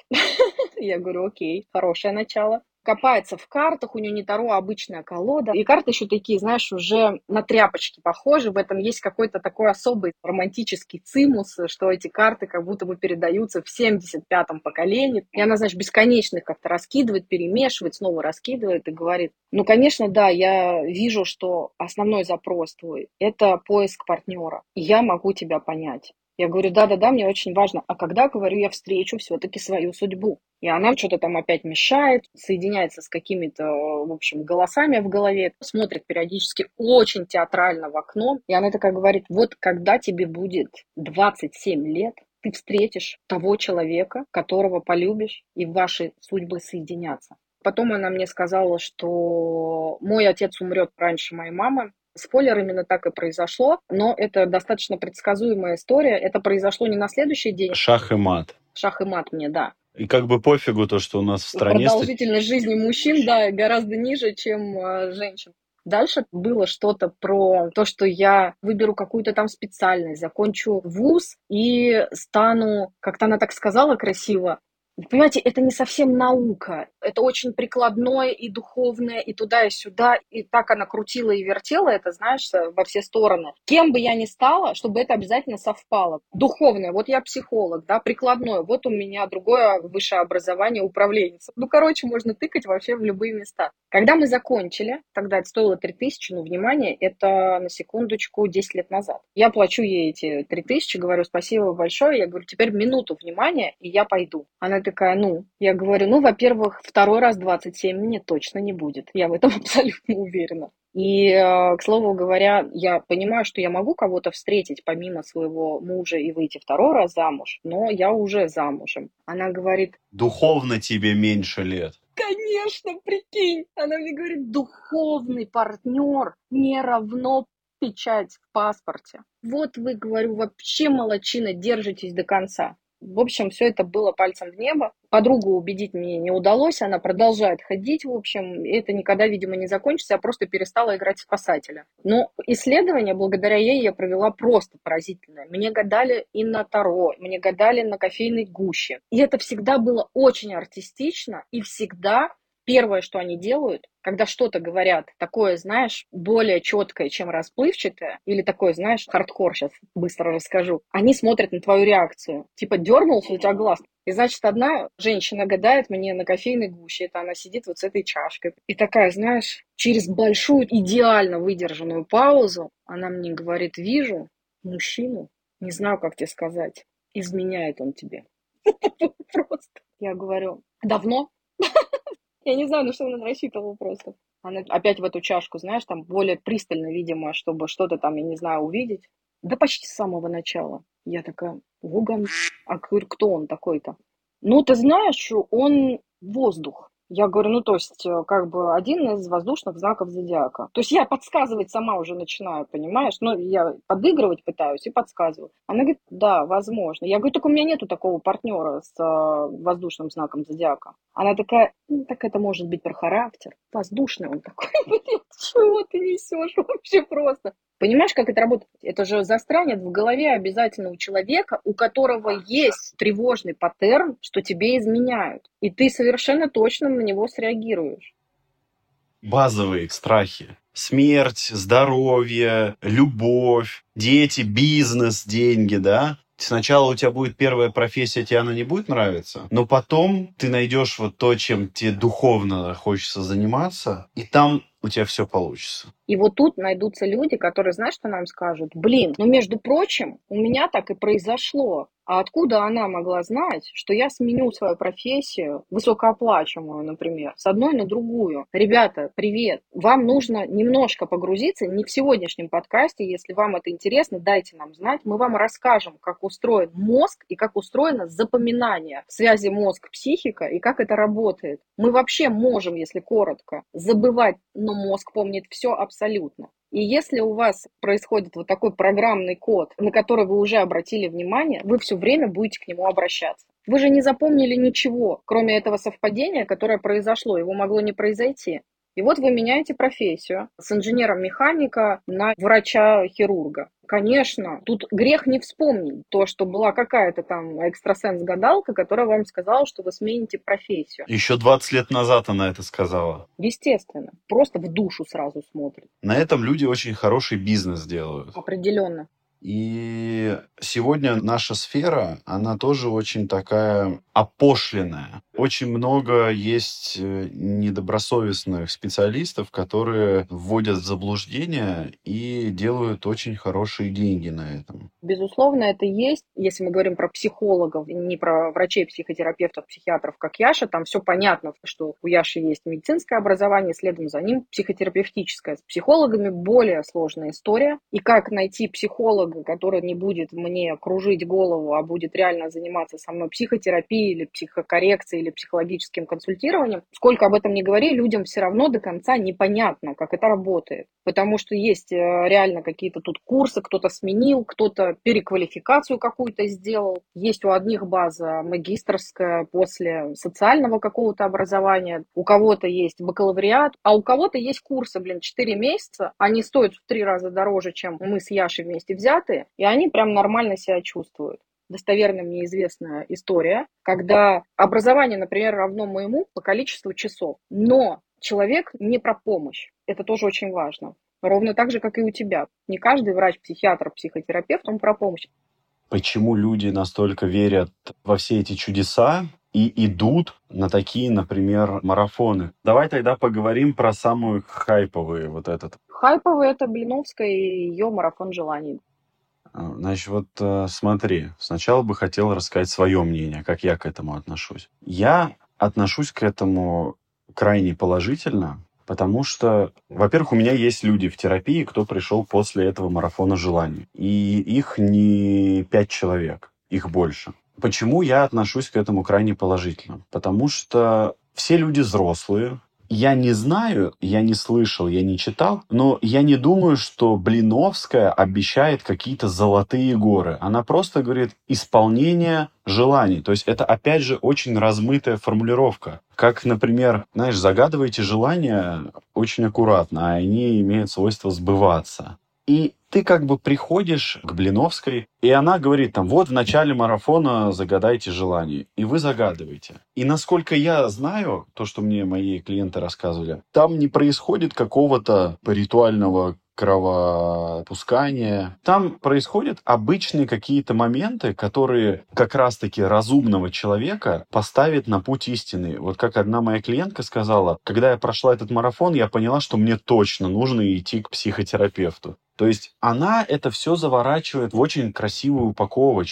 Я говорю, окей, хорошее начало. Копается в картах, у нее не Таро, а обычная колода. И карты еще такие, знаешь, уже на тряпочки похожи. В этом есть какой-то такой особый романтический цимус, что эти карты как будто бы передаются в семьдесят пятом поколении. И она, знаешь, бесконечно их как-то раскидывает, перемешивает, снова раскидывает и говорит, ну, конечно, да, я вижу, что основной запрос твой– это поиск партнера. И я могу тебя понять. Я говорю, да-да-да, мне очень важно. А когда, говорю, я встречу все-таки свою судьбу? И она что-то там опять мешает, соединяется с какими-то, в общем, голосами в голове, смотрит периодически очень театрально в окно. И она такая говорит, вот когда тебе будет двадцать семь лет, ты встретишь того человека, которого полюбишь, и ваши судьбы соединятся. Потом она мне сказала, что мой отец умрет раньше моей мамы. Спойлер, именно так и произошло, но это достаточно предсказуемая история. Это произошло не на следующий день. Шах и мат. Шах и мат мне, да. И как бы пофигу то, что у нас в стране... Продолжительность жизни мужчин, да, гораздо ниже, чем э, женщин. Дальше было что-то про то, что я выберу какую-то там специальность, закончу вуз и стану, как-то она так сказала красиво, понимаете, это не совсем наука, это очень прикладное и духовное, и туда, и сюда, и так она крутила и вертела это, знаешь, во все стороны. Кем бы я ни стала, чтобы это обязательно совпало. Духовное, вот я психолог, да, прикладное, вот у меня другое высшее образование, управленец. Ну, короче, можно тыкать вообще в любые места. Когда мы закончили, тогда это стоило три тысячи, ну, внимание, это, на секундочку, десять лет назад. Я плачу ей эти три тысячи, говорю, спасибо большое, я говорю, теперь минуту внимания, и я пойду. Она такая, ну, я говорю, ну, во-первых, второй раз двадцать семь мне точно не будет. Я в этом абсолютно уверена. И, к слову говоря, я понимаю, что я могу кого-то встретить помимо своего мужа и выйти второй раз замуж, но я уже замужем. Она говорит, духовно тебе меньше лет. конечно, прикинь. Она мне говорит, духовный партнер не равно печать в паспорте. Вот вы, говорю, вообще молодчина, держитесь до конца. В общем, все это было пальцем в небо. Подругу убедить мне не удалось, она продолжает ходить, в общем, и это никогда, видимо, не закончится, я просто перестала играть в спасателя. Но исследование, благодаря ей, я провела просто поразительное. Мне гадали и на Таро, мне гадали на кофейной гуще. И это всегда было очень артистично, и всегда первое, что они делают, когда что-то говорят, такое, знаешь, более четкое, чем расплывчатое, или такое, знаешь, хардкор, сейчас быстро расскажу, они смотрят на твою реакцию. Типа дернулся у тебя глаз. И, значит, одна женщина гадает мне на кофейной гуще, это она сидит вот с этой чашкой. И такая, знаешь, через большую идеально выдержанную паузу она мне говорит, вижу мужчину, не знаю, как тебе сказать, изменяет он тебе. Просто. Я говорю, давно? Я не знаю, на что она рассчитывала просто. Она опять в эту чашку, знаешь, там более пристально, видимо, чтобы что-то там, я не знаю, увидеть. Да почти с самого начала. Я такая, Луган, а говорю, кто он такой-то? Ну, ты знаешь, он воздух. Я говорю, ну, то есть, э, как бы один из воздушных знаков зодиака. То есть я подсказывать сама уже начинаю, понимаешь? Ну, я подыгрывать пытаюсь и подсказываю. Она говорит, да, возможно. Я говорю, только у меня нету такого партнера с э, воздушным знаком зодиака. Она такая, ну, так это может быть про характер. Воздушный он такой. Блин, чего ты несешь вообще просто? Понимаешь, как это работает? Это же застрянет в голове обязательно у человека, у которого есть тревожный паттерн, что тебе изменяют. И ты совершенно точно на него среагируешь. Базовые страхи. Смерть, здоровье, любовь, дети, бизнес, деньги, да? Сначала у тебя будет первая профессия, тебе она не будет нравиться, но потом ты найдешь вот то, чем тебе духовно хочется заниматься, и там у тебя все получится. И вот тут найдутся люди, которые, знаешь, что нам скажут? Блин, ну, между прочим, у меня так и произошло. А откуда она могла знать, что я сменю свою профессию, высокооплачиваемую, например, с одной на другую? Ребята, привет! Вам нужно немножко погрузиться, не в сегодняшнем подкасте, если вам это интересно, дайте нам знать. Мы вам расскажем, как устроен мозг и как устроено запоминание связи мозг-психика и как это работает. Мы вообще можем, если коротко, забывать, но мозг помнит все абсолютно. И если у вас происходит вот такой программный код, на который вы уже обратили внимание, вы все время будете к нему обращаться. Вы же не запомнили ничего, кроме этого совпадения, которое произошло. Его могло не произойти. И вот вы меняете профессию с инженера-механика на врача-хирурга. Конечно, тут грех не вспомнить то, что была какая-то там экстрасенс-гадалка, которая вам сказала, что вы смените профессию. Еще двадцать лет назад она это сказала. Естественно, просто в душу сразу смотрит. На этом люди очень хороший бизнес делают. Определенно. И сегодня наша сфера, она тоже очень такая опошленная. Очень много есть э, недобросовестных специалистов, которые вводят в заблуждение и делают очень хорошие деньги на этом. Безусловно, это есть. Если мы говорим про психологов, не про врачей, психотерапевтов, психиатров, как Яша, там все понятно, что у Яши есть медицинское образование, следом за ним психотерапевтическое. С психологами более сложная история. И как найти психолога, который не будет мне кружить голову, а будет реально заниматься со мной психотерапией или психокоррекцией или психологическим консультированием, сколько об этом ни говори, людям все равно до конца непонятно, как это работает. Потому что есть реально какие-то тут курсы, кто-то сменил, кто-то переквалификацию какую-то сделал. Есть у одних база магистерская после социального какого-то образования, у кого-то есть бакалавриат, а у кого-то есть курсы, блин, четыре месяца, они стоят в три раза дороже, чем мы с Яшей вместе взятые, и они прям нормально себя чувствуют. Достоверно мне известная история, когда образование, например, равно моему по количеству часов, но человек не про помощь. Это тоже очень важно. Ровно так же, как и у тебя. Не каждый врач, психиатр, психотерапевт, он про помощь. Почему люди настолько верят во все эти чудеса и идут на такие, например, марафоны? Давай тогда поговорим про самые хайповые вот этот. Хайповый – это Блиновская и ее марафон желаний. Значит, вот э, смотри, сначала бы хотел рассказать свое мнение, как я к этому отношусь. Я отношусь к этому крайне положительно, потому что, во-первых, у меня есть люди в терапии, кто пришел после этого марафона желаний. И их не пять человек, их больше. Почему я отношусь к этому крайне положительно? Потому что все люди взрослые. Я не знаю, я не слышал, я не читал, но я не думаю, что Блиновская обещает какие-то золотые горы. Она просто говорит исполнение желаний. То есть это, опять же, очень размытая формулировка. Как, например, знаешь, загадывайте желания очень аккуратно, а они имеют свойство сбываться. И ты как бы приходишь к Блиновской, и она говорит там, вот в начале марафона загадайте желание. И вы загадываете. И насколько я знаю, то, что мне мои клиенты рассказывали, там не происходит какого-то ритуального кровопускания. Там происходят обычные какие-то моменты, которые как раз-таки разумного человека поставят на путь истины. Вот как одна моя клиентка сказала, когда я прошла этот марафон, я поняла, что мне точно нужно идти к психотерапевту. То есть она это все заворачивает в очень красивую упаковочку.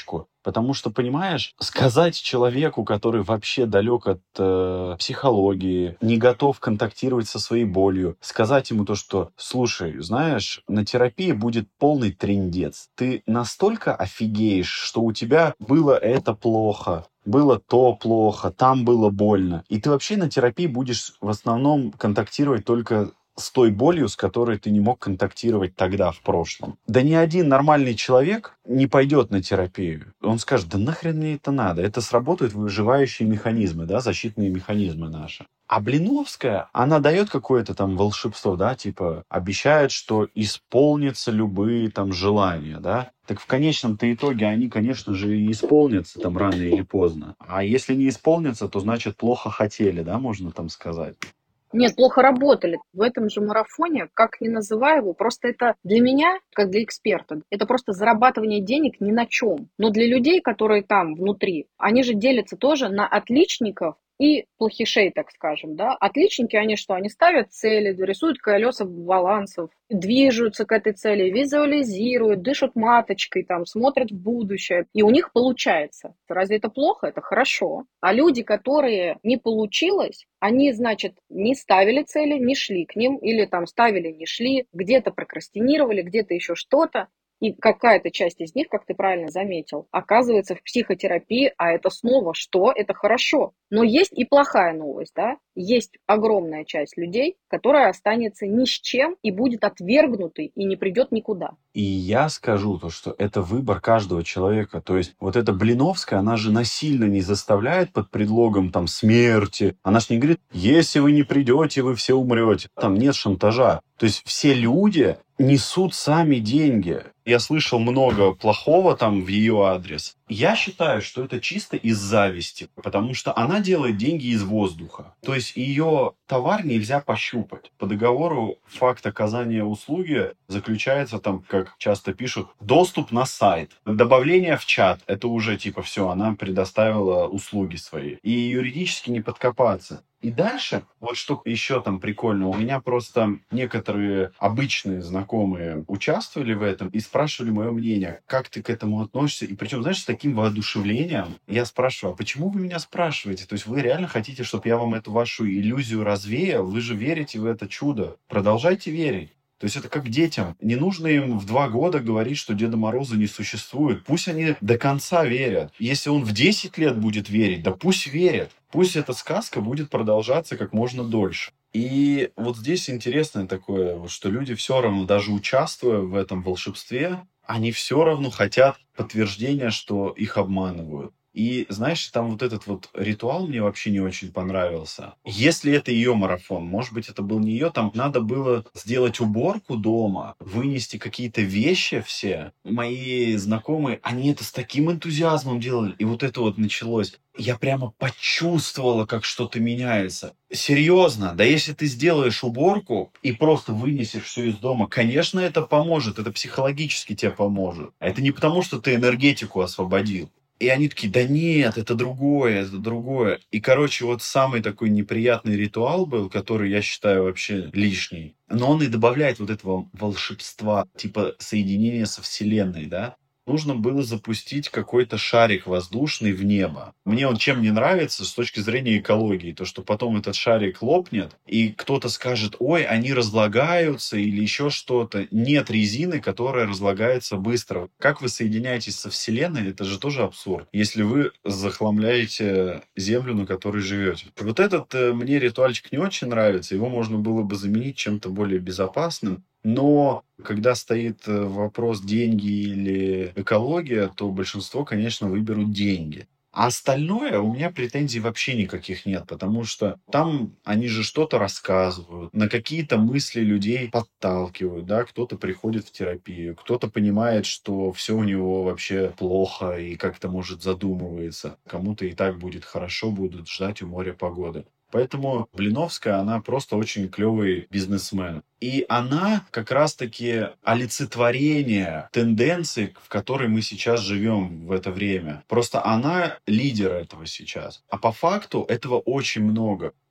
Потому что, понимаешь, сказать человеку, который вообще далек от э, психологии, не готов контактировать со своей болью, сказать ему то, что, слушай, знаешь, на терапии будет полный трындец. Ты настолько офигеешь, что у тебя было это плохо, было то плохо, там было больно. И ты вообще на терапии будешь в основном контактировать только с той болью, с которой ты не мог контактировать тогда, в прошлом. Да ни один нормальный человек не пойдет на терапию. Он скажет, да нахрен мне это надо? Это сработают выживающие механизмы, да, защитные механизмы наши. А Блиновская, она дает какое-то там волшебство, да, типа обещает, что исполнятся любые там желания, да. Так в конечном-то итоге они, конечно же, и исполнятся там рано или поздно. А если не исполнятся, то значит плохо хотели, да, можно там сказать. Нет, плохо работали. В этом же марафоне, как ни называй его, просто это для меня, как для эксперта, это просто зарабатывание денег ни на чем. Но для людей, которые там внутри, они же делятся тоже на отличников и плохишей, так скажем, да. Отличники, они что? Они ставят цели, рисуют колеса балансов, движутся к этой цели, визуализируют, дышат маточкой, там, смотрят в будущее, и у них получается. Разве это плохо? Это хорошо. А люди, которые не получилось, они, значит, не ставили цели, не шли к ним, или там ставили, не шли, где-то прокрастинировали, где-то еще что-то. И какая-то часть из них, как ты правильно заметил, оказывается в психотерапии, а это снова что? Это хорошо. Но есть и плохая новость, да? Есть огромная часть людей, которая останется ни с чем и будет отвергнутой и не придет никуда. И я скажу то, что это выбор каждого человека. То есть вот эта Блиновская, она же насильно не заставляет под предлогом там смерти. Она же не говорит, если вы не придете, вы все умрете. Там нет шантажа. То есть все люди несут сами деньги. Я слышал много плохого там в ее адрес. Я считаю, что это чисто из зависти, потому что она делает деньги из воздуха. То есть ее товар нельзя пощупать. По договору факт оказания услуги заключается там, как часто пишут, доступ на сайт. Добавление в чат. Это уже типа все, она предоставила услуги свои. И юридически не подкопаться. И дальше, вот что еще там прикольно, у меня просто некоторые обычные знакомые участвовали в этом и спрашивали мое мнение, как ты к этому относишься. И причем, знаешь, с таким воодушевлением я спрашиваю, а почему вы меня спрашиваете? То есть вы реально хотите, чтобы я вам эту вашу иллюзию развеял? Вы же верите в это чудо. Продолжайте верить. То есть это как детям. Не нужно им в два года говорить, что Деда Мороза не существует. Пусть они до конца верят. Если он в десять лет будет верить, да пусть верит. Пусть эта сказка будет продолжаться как можно дольше. И вот здесь интересное такое, что люди все равно, даже участвуя в этом волшебстве, они все равно хотят подтверждения, что их обманывают. И, знаешь, там вот этот вот ритуал мне вообще не очень понравился. Если это ее марафон, может быть, это был не ее, там надо было сделать уборку дома, вынести какие-то вещи все. Мои знакомые, они это с таким энтузиазмом делали, и вот это вот началось. Я прямо почувствовала, как что-то меняется. Серьезно, да если ты сделаешь уборку и просто вынесешь все из дома, конечно, это поможет, это психологически тебе поможет. А это не потому, что ты энергетику освободил. И они такие, да нет, это другое, это другое. И, короче, вот самый такой неприятный ритуал был, который я считаю вообще лишний. Но он и добавляет вот этого волшебства, типа соединения со Вселенной, да. Нужно было запустить какой-то шарик воздушный в небо. Мне он чем не нравится с точки зрения экологии, то что потом этот шарик лопнет, и кто-то скажет, ой, они разлагаются или еще что-то. Нет резины, которая разлагается быстро. Как вы соединяетесь со Вселенной, это же тоже абсурд, если вы захламляете землю, на которой живете. Вот этот э, мне ритуальчик не очень нравится, его можно было бы заменить чем-то более безопасным. Но когда стоит вопрос деньги или экология, то большинство, конечно, выберут деньги. А остальное у меня претензий вообще никаких нет, потому что там они же что-то рассказывают, на какие-то мысли людей подталкивают, да, кто-то приходит в терапию, кто-то понимает, что все у него вообще плохо и как-то, может, задумывается. Кому-то и так будет хорошо, будут ждать у моря погоды. Поэтому Блиновская, она просто очень клевый бизнесмен. И она как раз-таки олицетворение тенденций, в которой мы сейчас живем в это время. Просто она лидер этого сейчас. А по факту этого очень много.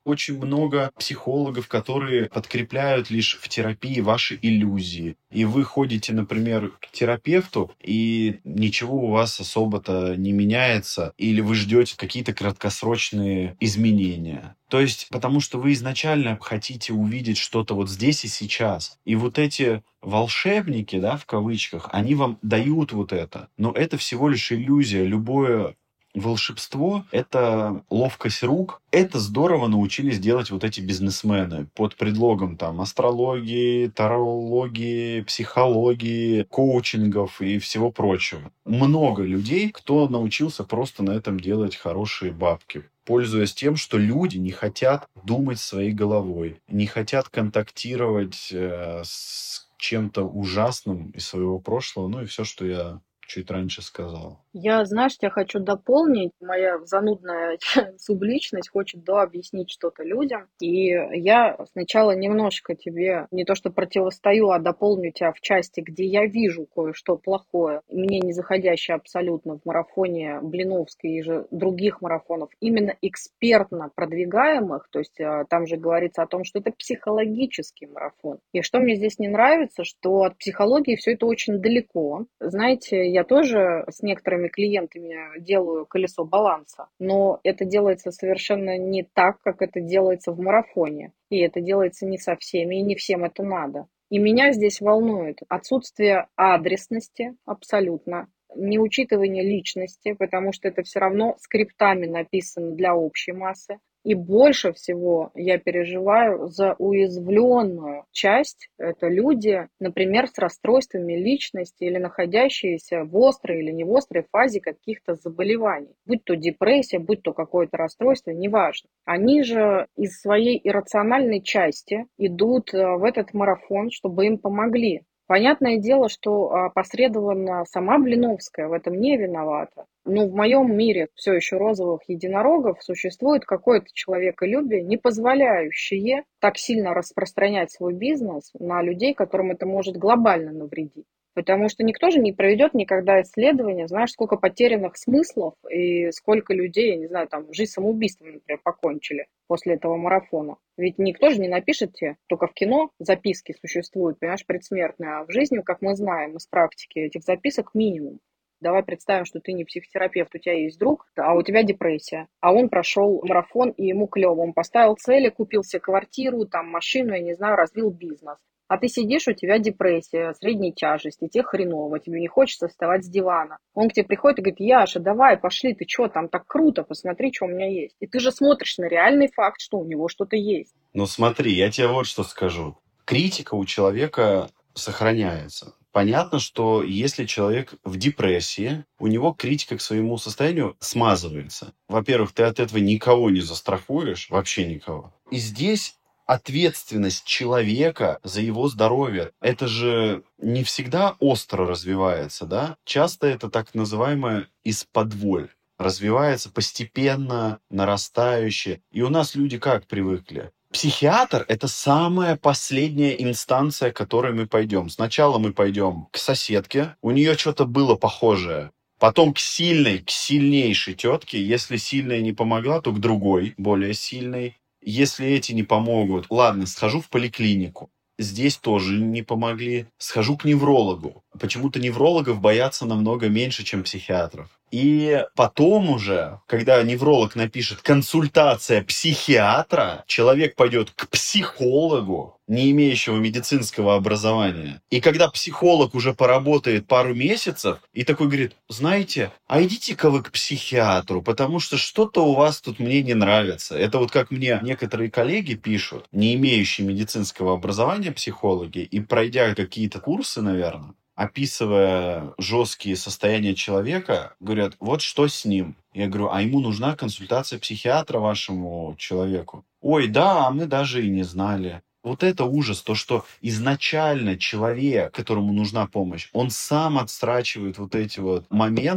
Очень много психологов, которые подкрепляют лишь в терапии ваши иллюзии. И вы ходите, например, к терапевту, и ничего у вас особо-то не меняется, или вы ждете какие-то краткосрочные изменения. То есть, потому что вы изначально хотите увидеть что-то вот здесь и сейчас. И вот эти волшебники, да, в кавычках, они вам дают вот это. Но это всего лишь иллюзия. Любое волшебство — это ловкость рук. Это здорово научились делать вот эти бизнесмены под предлогом там астрологии, тарологии, психологии, коучингов и всего прочего. Много людей, кто научился просто на этом делать хорошие бабки, пользуясь тем, что люди не хотят думать своей головой, не хотят контактировать э, с чем-то ужасным из своего прошлого, ну и все, что я чуть раньше сказал. Я, знаешь, тебя хочу дополнить. Моя занудная субличность хочет дообъяснить что-то людям. И я сначала немножко тебе не то что противостою, а дополню тебя в части, где я вижу кое-что плохое, мне не заходящее абсолютно в марафоне Блиновской и же других марафонов, именно экспертно продвигаемых. То есть а, там же говорится о том, что это психологический марафон. И что мне здесь не нравится, что от психологии все это очень далеко. Знаете, я тоже с некоторыми клиентами делаю колесо баланса, но это делается совершенно не так, как это делается в марафоне. И это делается не со всеми, и не всем это надо. И меня здесь волнует отсутствие адресности абсолютно, неучитывание личности, потому что это все равно скриптами написано для общей массы. И больше всего я переживаю за уязвленную часть. Это люди, например, с расстройствами личности или находящиеся в острой или не в острой фазе каких-то заболеваний. Будь то депрессия, будь то какое-то расстройство, неважно. Они же из своей иррациональной части идут в этот марафон, чтобы им помогли. Понятное дело, что опосредованно сама Блиновская в этом не виновата. Но в моем мире все еще розовых единорогов существует какое-то человеколюбие, не позволяющее так сильно распространять свой бизнес на людей, которым это может глобально навредить. Потому что никто же не проведет никогда исследования, знаешь, сколько потерянных смыслов и сколько людей, я не знаю, там, жизнь самоубийством, например, покончили после этого марафона. Ведь никто же не напишет тебе, только в кино записки существуют, понимаешь, предсмертные, а в жизни, как мы знаем из практики, этих записок минимум. Давай представим, что ты не психотерапевт, у тебя есть друг, а у тебя депрессия, а он прошел марафон, и ему клево. Он поставил цели, купил себе квартиру, там, машину, я не знаю, развил бизнес. А ты сидишь, у тебя депрессия, средней тяжести, тебе хреново, тебе не хочется вставать с дивана. Он к тебе приходит и говорит: Яша, давай, пошли, ты что, там так круто, посмотри, что у меня есть. И ты же смотришь на реальный факт, что у него что-то есть. Ну смотри, я тебе вот что скажу. Критика у человека сохраняется. Понятно, что если человек в депрессии, у него критика к своему состоянию смазывается. Во-первых, ты от этого никого не застрахуешь, вообще никого. И здесь ответственность человека за его здоровье, это же не всегда остро развивается, да? Часто это так называемое исподволь. Развивается постепенно, нарастающе. И у нас люди как привыкли? Психиатр — это самая последняя инстанция, к которой мы пойдем. Сначала мы пойдем к соседке, у нее что-то было похожее. Потом к сильной, к сильнейшей тетке. Если сильная не помогла, то к другой, более сильной. Если эти не помогут, ладно, схожу в поликлинику. Здесь тоже не помогли. Схожу к неврологу. Почему-то неврологов боятся намного меньше, чем психиатров. И потом уже, когда невролог напишет «консультация психиатра», человек пойдет к психологу, не имеющему медицинского образования. И когда психолог уже поработает пару месяцев и такой говорит: знаете, а идите-ка вы к психиатру, потому что что-то у вас тут мне не нравится. Это вот как мне некоторые коллеги пишут, не имеющие медицинского образования психологи, и пройдя какие-то курсы, наверное, описывая жесткие состояния человека, говорят: вот что с ним. Я говорю: а ему нужна консультация психиатра вашему человеку? Ой, да, а мы даже и не знали. Вот это ужас, то, что изначально человек, которому нужна помощь, он сам отстрачивает вот эти вот моменты,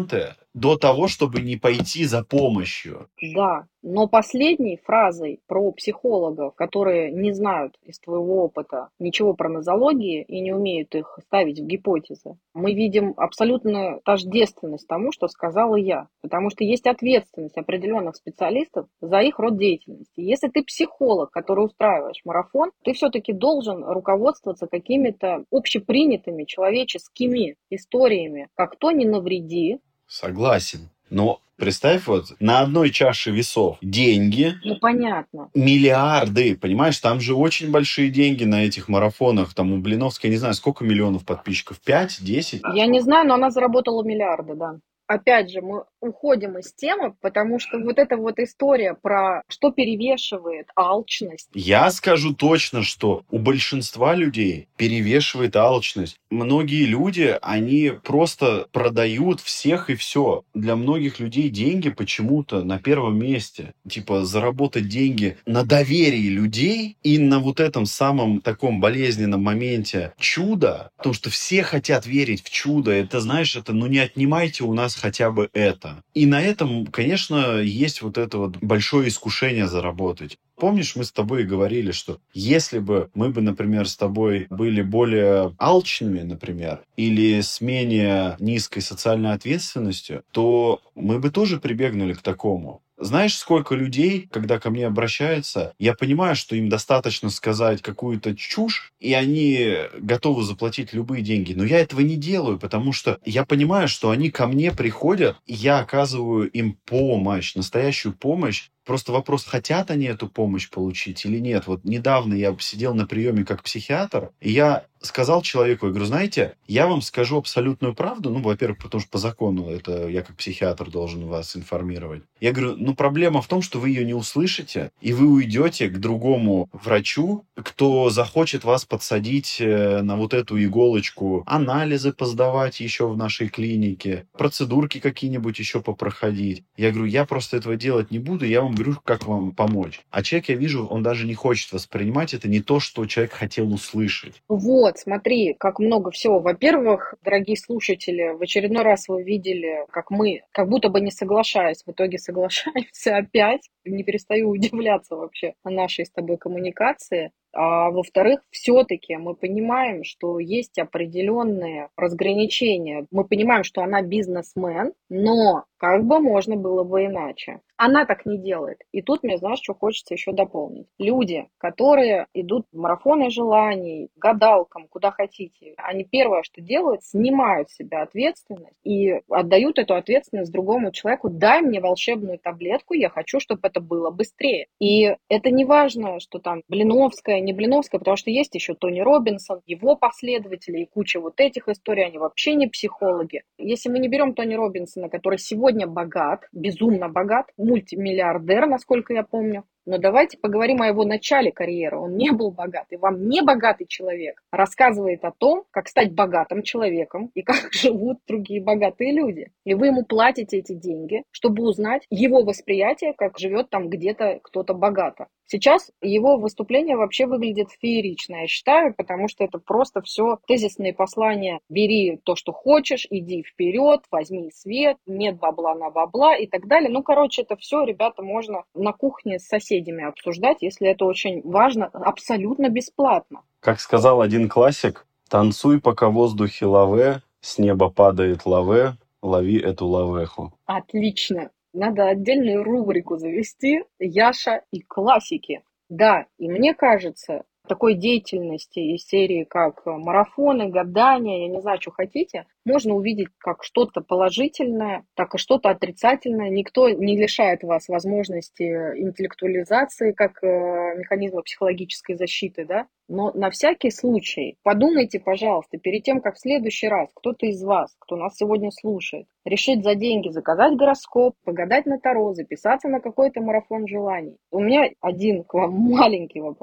до того, чтобы не пойти за помощью. Да, но последней фразой про психологов, которые не знают из твоего опыта ничего про нозологии и не умеют их ставить в гипотезы, мы видим абсолютно тождественность тому, что сказала я. Потому что есть ответственность определенных специалистов за их род деятельности. Если ты психолог, который устраиваешь марафон, ты все-таки должен руководствоваться какими-то общепринятыми человеческими историями, как то не навреди. Согласен. Но представь, вот на одной чаше весов деньги, Ну, понятно. миллиарды, понимаешь, там же очень большие деньги на этих марафонах. Там у Блиновской, я не знаю, сколько миллионов подписчиков? Пять, десять? Я не знаю, но она заработала миллиарды, да. Опять же, мы уходим из темы, потому что вот эта вот история про что перевешивает алчность. Я скажу точно, что у большинства людей перевешивает алчность. Многие люди, они просто продают всех и все. Для многих людей деньги почему-то на первом месте. Типа заработать деньги на доверии людей и на вот этом самом таком болезненном моменте чуда, потому что все хотят верить в чудо. Это, знаешь, это, ну не отнимайте у нас хотя бы это. И на этом, конечно, есть вот это вот большое искушение заработать. Помнишь, мы с тобой говорили, что если бы мы бы, например, с тобой были более алчными, например, или с менее низкой социальной ответственностью, то мы бы тоже прибегнули к такому. Знаешь, сколько людей, когда ко мне обращаются, я понимаю, что им достаточно сказать какую-то чушь, и они готовы заплатить любые деньги. Но я этого не делаю, потому что я понимаю, что они ко мне приходят, и я оказываю им помощь, настоящую помощь. Просто вопрос, хотят они эту помощь получить или нет. Вот недавно я сидел на приеме как психиатр, и я сказал человеку, я говорю, знаете, я вам скажу абсолютную правду, ну, во-первых, потому что по закону это я как психиатр должен вас информировать. Я говорю, ну, проблема в том, что вы ее не услышите, и вы уйдете к другому врачу, кто захочет вас подсадить на вот эту иголочку, анализы поздавать еще в нашей клинике, процедурки какие-нибудь еще попроходить. Я говорю, я просто этого делать не буду, я вам говорю, как вам помочь. А человек, я вижу, он даже не хочет воспринимать это не то, что человек хотел услышать. Вот, смотри, как много всего. Во-первых, дорогие слушатели, в очередной раз вы видели, как мы, как будто бы не соглашаясь, в итоге соглашаемся опять. Не перестаю удивляться вообще нашей с тобой коммуникации. А во-вторых, все-таки мы понимаем, что есть определенные разграничения. Мы понимаем, что она бизнесмен, но как бы можно было бы иначе. Она так не делает. И тут мне, знаешь, что хочется еще дополнить. Люди, которые идут в марафоны желаний, гадалкам, куда хотите, они первое, что делают, снимают с себя ответственность и отдают эту ответственность другому человеку. Дай мне волшебную таблетку, я хочу, чтобы это было быстрее. И это не важно, что там Блиновская, не Блиновская, потому что есть еще Тони Робинсон, его последователи и куча вот этих историй, они вообще не психологи. Если мы не берем Тони Робинсона, который сегодня богат, безумно богат, мультимиллиардер, насколько я помню, но давайте поговорим о его начале карьеры. Он не был богат. И вам не богатый человек рассказывает о том, как стать богатым человеком и как живут другие богатые люди. И вы ему платите эти деньги, чтобы узнать его восприятие, как живет там где-то кто-то богато. Сейчас его выступление вообще выглядит феерично, я считаю, потому что это просто все тезисные послания. Бери то, что хочешь, иди вперед, возьми свет, нет бабла на бабла и так далее. Ну, короче, это все, ребята, можно на кухне с соседями обсуждать, если это очень важно, абсолютно бесплатно. Как сказал один классик, танцуй, пока в воздухе лаве, с неба падает лаве, лови эту лавеху. Отлично. Надо отдельную рубрику завести «Яша и классики». Да, и мне кажется, такой деятельности из серии как марафоны, гадания, я не знаю, что хотите, можно увидеть как что-то положительное, так и что-то отрицательное. Никто не лишает вас возможности интеллектуализации как механизма психологической защиты, да? Но на всякий случай подумайте, пожалуйста, перед тем, как в следующий раз кто-то из вас, кто нас сегодня слушает, решит за деньги заказать гороскоп, погадать на таро, записаться на какой-то марафон желаний. У меня один к вам маленький вопрос.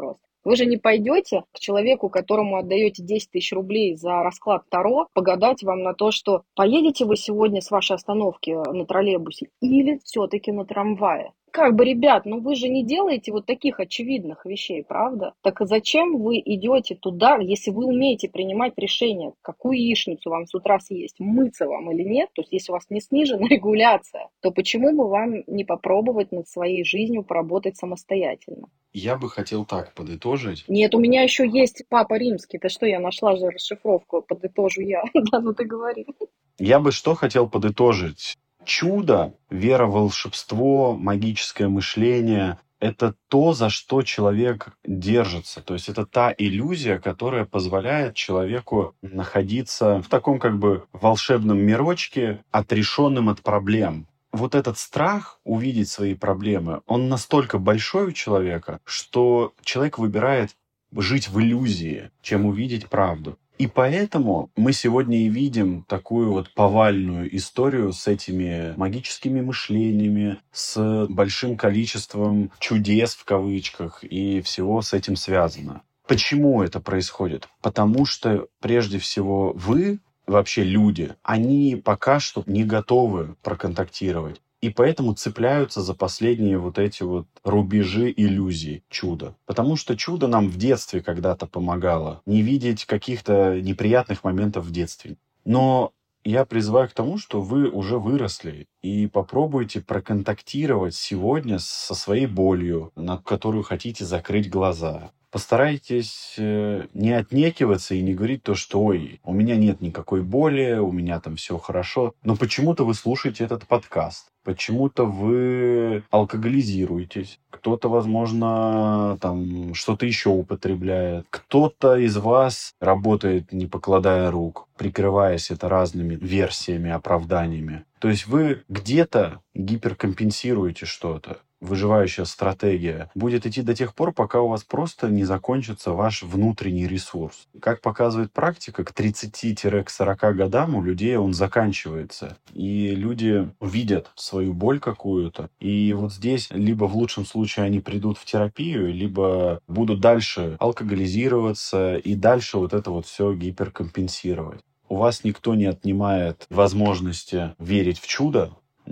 Вы же не пойдете к человеку, которому отдаете десять тысяч рублей за расклад Таро, погадать вам на то, что поедете вы сегодня с вашей остановки на троллейбусе или все-таки на трамвае. Как бы, ребят, ну вы же не делаете вот таких очевидных вещей, правда? Так зачем вы идете туда, если вы умеете принимать решение, какую яичницу вам с утра съесть, мыться вам или нет, то есть если у вас не снижена регуляция, то почему бы вам не попробовать над своей жизнью поработать самостоятельно? Я бы хотел так подытожить. Нет, у меня еще есть Папа Римский. Ты что, я нашла же расшифровку, подытожу я. Да, ну ты говори. Я бы что хотел подытожить? Чудо, вера в волшебство, магическое мышление – это то, за что человек держится. То есть это та иллюзия, которая позволяет человеку находиться в таком как бы волшебном мирочке, отрешенным от проблем. Вот этот страх увидеть свои проблемы, он настолько большой у человека, что человек выбирает жить в иллюзии, чем увидеть правду. И поэтому мы сегодня и видим такую вот повальную историю с этими магическими мышлениями, с большим количеством чудес в кавычках и всего с этим связано. Почему это происходит? Потому что прежде всего вы, вообще люди, они пока что не готовы проконтактировать. И поэтому цепляются за последние вот эти вот рубежи иллюзий чуда. Потому что чудо нам в детстве когда-то помогало не видеть каких-то неприятных моментов в детстве. Но я призываю к тому, что вы уже выросли и попробуйте проконтактировать сегодня со своей болью, на которую хотите закрыть глаза. Постарайтесь э, не отнекиваться и не говорить то, что «Ой, у меня нет никакой боли, у меня там все хорошо». Но почему-то вы слушаете этот подкаст. Почему-то вы алкоголизируетесь. Кто-то, возможно, там что-то еще употребляет. Кто-то из вас работает, не покладая рук, прикрываясь это разными версиями, оправданиями. То есть вы где-то гиперкомпенсируете что-то. Выживающая стратегия будет идти до тех пор, пока у вас просто не закончится ваш внутренний ресурс. Как показывает практика, к тридцати-сорока годам у людей он заканчивается. И люди видят свою боль какую-то. И вот здесь либо в лучшем случае они придут в терапию, либо будут дальше алкоголизироваться и дальше вот это вот все гиперкомпенсировать. У вас никто не отнимает возможности верить в чудо,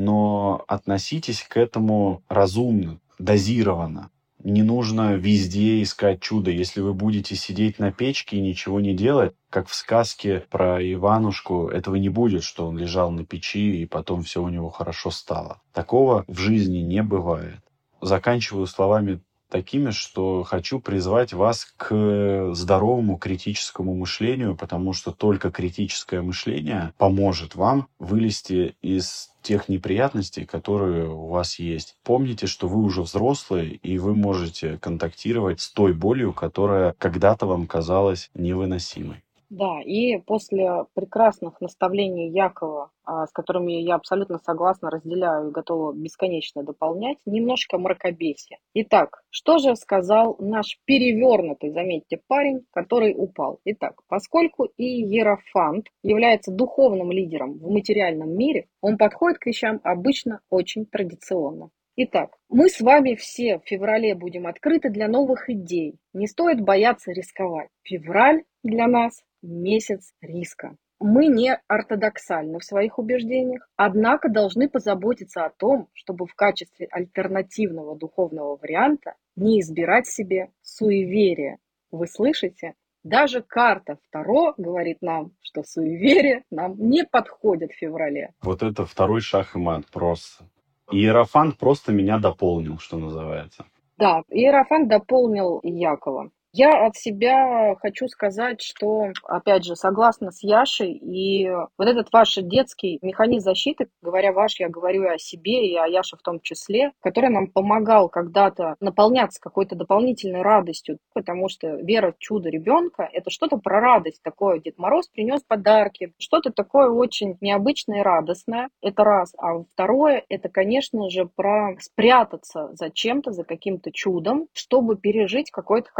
но относитесь к этому разумно, дозированно. Не нужно везде искать чудо. Если вы будете сидеть на печке и ничего не делать, как в сказке про Иванушку, этого не будет, что он лежал на печи и потом все у него хорошо стало. Такого в жизни не бывает. Заканчиваю словами такими, что хочу призвать вас к здоровому критическому мышлению, потому что только критическое мышление поможет вам вылезти из тех неприятностей, которые у вас есть. Помните, что вы уже взрослые, и вы можете контактировать с той болью, которая когда-то вам казалась невыносимой. Да, и после прекрасных наставлений Якова, а, с которыми я абсолютно согласна, разделяю и готова бесконечно дополнять, немножко мракобесия. Итак, что же сказал наш перевернутый, заметьте, парень, который упал? Итак, поскольку и Иерофант является духовным лидером в материальном мире, он подходит к вещам обычно очень традиционно. Итак, мы с вами все в феврале будем открыты для новых идей. Не стоит бояться рисковать. Февраль для нас месяц риска. Мы не ортодоксальны в своих убеждениях, однако должны позаботиться о том, чтобы в качестве альтернативного духовного варианта не избирать себе суеверие. Вы слышите? Даже карта Таро говорит нам, что суеверие нам не подходит в феврале. Вот это второй шах и мат просто. Иерофант просто меня дополнил, что называется. Да, Иерофант дополнил Якова. Я от себя хочу сказать, что, опять же, согласна с Яшей, и вот этот ваш детский механизм защиты, говоря ваш, я говорю о себе и о Яше в том числе, который нам помогал когда-то наполняться какой-то дополнительной радостью, потому что вера в чудо ребенка – это что-то про радость такое. Дед Мороз принес подарки, что-то такое очень необычное и радостное, это раз. А второе – это, конечно же, про спрятаться за чем-то, за каким-то чудом, чтобы пережить какой-то кошмар.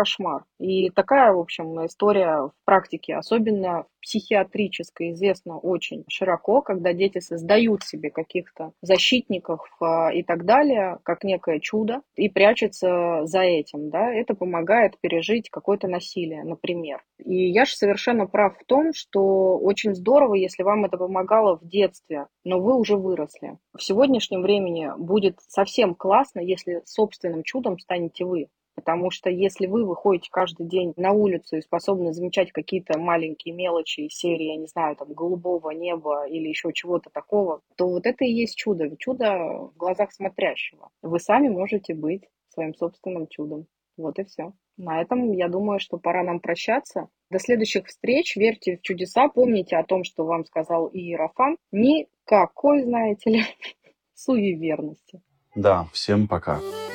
чудо. И такая, в общем, история в практике, особенно в психиатрической, известна очень широко, когда дети создают себе каких-то защитников а, и так далее, как некое чудо, и прячутся за этим, да, это помогает пережить какое-то насилие, например. И я же совершенно прав в том, что очень здорово, если вам это помогало в детстве, но вы уже выросли. В сегодняшнем времени будет совсем классно, если собственным чудом станете вы. Потому что если вы выходите каждый день на улицу и способны замечать какие-то маленькие мелочи из серии, я не знаю, там, голубого неба или еще чего-то такого, то вот это и есть чудо. Чудо в глазах смотрящего. Вы сами можете быть своим собственным чудом. Вот и все. На этом, я думаю, что пора нам прощаться. До следующих встреч. Верьте в чудеса. Помните о том, что вам сказал Иерофант. Никакой, знаете ли, суеверности. Да, всем пока.